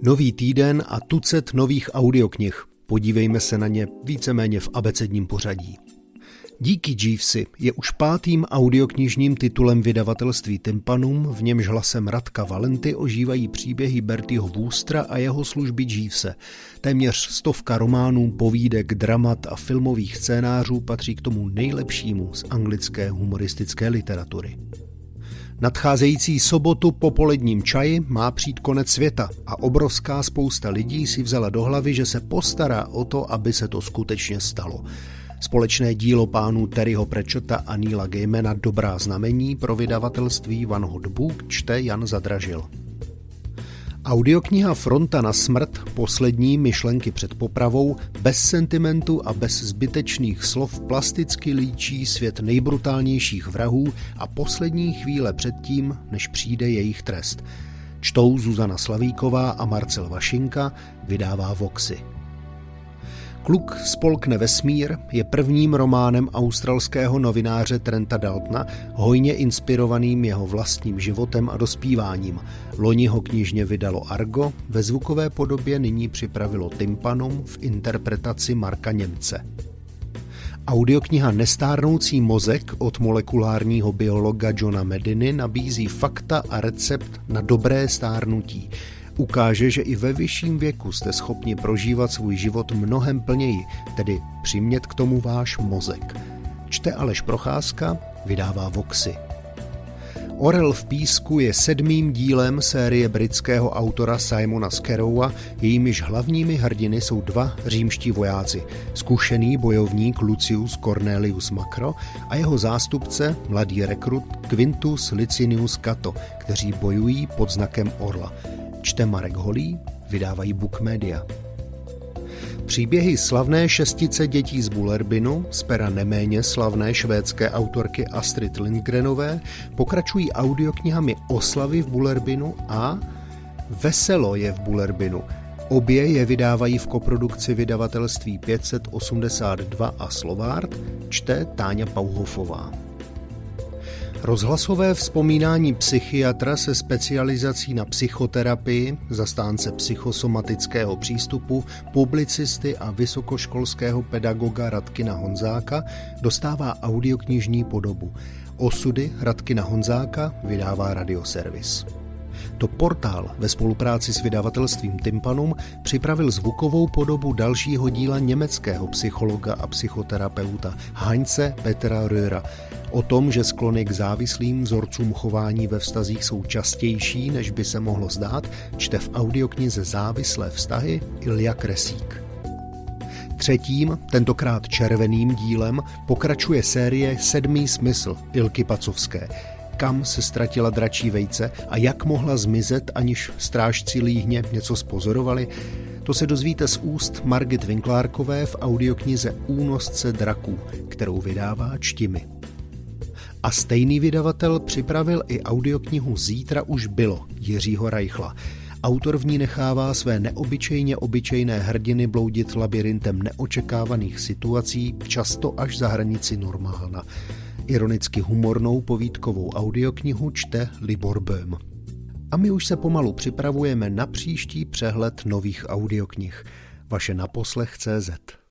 Nový týden a tucet nových audioknih. Podívejme se na ně víceméně v abecedním pořadí. Díky Jeevesi je už 5. audioknižním titulem vydavatelství Tympanum, v němž hlasem Radka Valenty ožívají příběhy Bertieho Woostera a jeho služby Jeevese. Téměř 100 románů, povídek, dramat a filmových scénářů patří k tomu nejlepšímu z anglické humoristické literatury. Nadcházející sobotu po poledním čaji má přijít konec světa a obrovská spousta lidí si vzala do hlavy, že se postará o to, aby se to skutečně stalo. Společné dílo pánů Terryho Pratchetta a Neila Gaimana Dobrá znamení pro vydavatelství One Hot Book čte Jan Zadražil. Audiokniha Fronta na smrt, poslední myšlenky před popravou, bez sentimentu a bez zbytečných slov plasticky líčí svět nejbrutálnějších vrahů a poslední chvíle předtím, než přijde jejich trest. Čtou Zuzana Slavíková a Marcel Vašinka, vydává Voxy. Kluk spolkne vesmír je prvním románem australského novináře Trenta Daltona, hojně inspirovaným jeho vlastním životem a dospíváním. Loni ho knižně vydalo Argo, ve zvukové podobě nyní připravilo Tympanum v interpretaci Marka Němce. Audiokniha Nestárnoucí mozek od molekulárního biologa Johna Mediny nabízí fakta a recept na dobré stárnutí. Ukáže, že i ve vyšším věku jste schopni prožívat svůj život mnohem plněji, tedy přimět k tomu váš mozek. Čte Aleš Procházka, vydává Voxy. Orel v písku je 7. dílem série britského autora Simona Scarrowa, jejímiž hlavními hrdiny jsou 2 římští vojáci, zkušený bojovník Lucius Cornelius Macro a jeho zástupce, mladý rekrut Quintus Licinius Cato, kteří bojují pod znakem orla. Čte Marek Holý, vydávají Book Media. Příběhy slavné šestice dětí z Bullerbinu, z pera neméně slavné švédské autorky Astrid Lindgrenové, pokračují audioknihami Oslavy v Bullerbinu a Veselo je v Bullerbinu. Obě je vydávají v koprodukci vydavatelství 582 a Slovart, čte Táňa Pauhofová. Rozhlasové vzpomínání psychiatra se specializací na psychoterapii, zastánce psychosomatického přístupu, publicisty a vysokoškolského pedagoga Radkina Honzáka dostává audioknižní podobu. Osudy Radkina Honzáka vydává Radioservis. To Portál ve spolupráci s vydavatelstvím Tympanum připravil zvukovou podobu dalšího díla německého psychologa a psychoterapeuta Heinze Petera Röhra o tom, že sklony k závislým vzorcům chování ve vztazích jsou častější, než by se mohlo zdát, čte v audioknize Závislé vztahy Ilja Kresík. 3., tentokrát červeným dílem pokračuje série 7. smysl Ilky Pacovské. Kam se ztratila dračí vejce a jak mohla zmizet, aniž strážci líhně něco spozorovali, to se dozvíte z úst Margit Winklárkové v audioknize Únosce draků, kterou vydává Čtimi. A stejný vydavatel připravil i audioknihu Zítra už bylo Jiřího Reichla. Autor v ní nechává své neobyčejně obyčejné hrdiny bloudit labirintem neočekávaných situací, často až za hranici normálna. Ironicky humornou povídkovou audioknihu čte Libor Böhm. A my už se pomalu připravujeme na příští přehled nových audioknih. Vaše naposlech.cz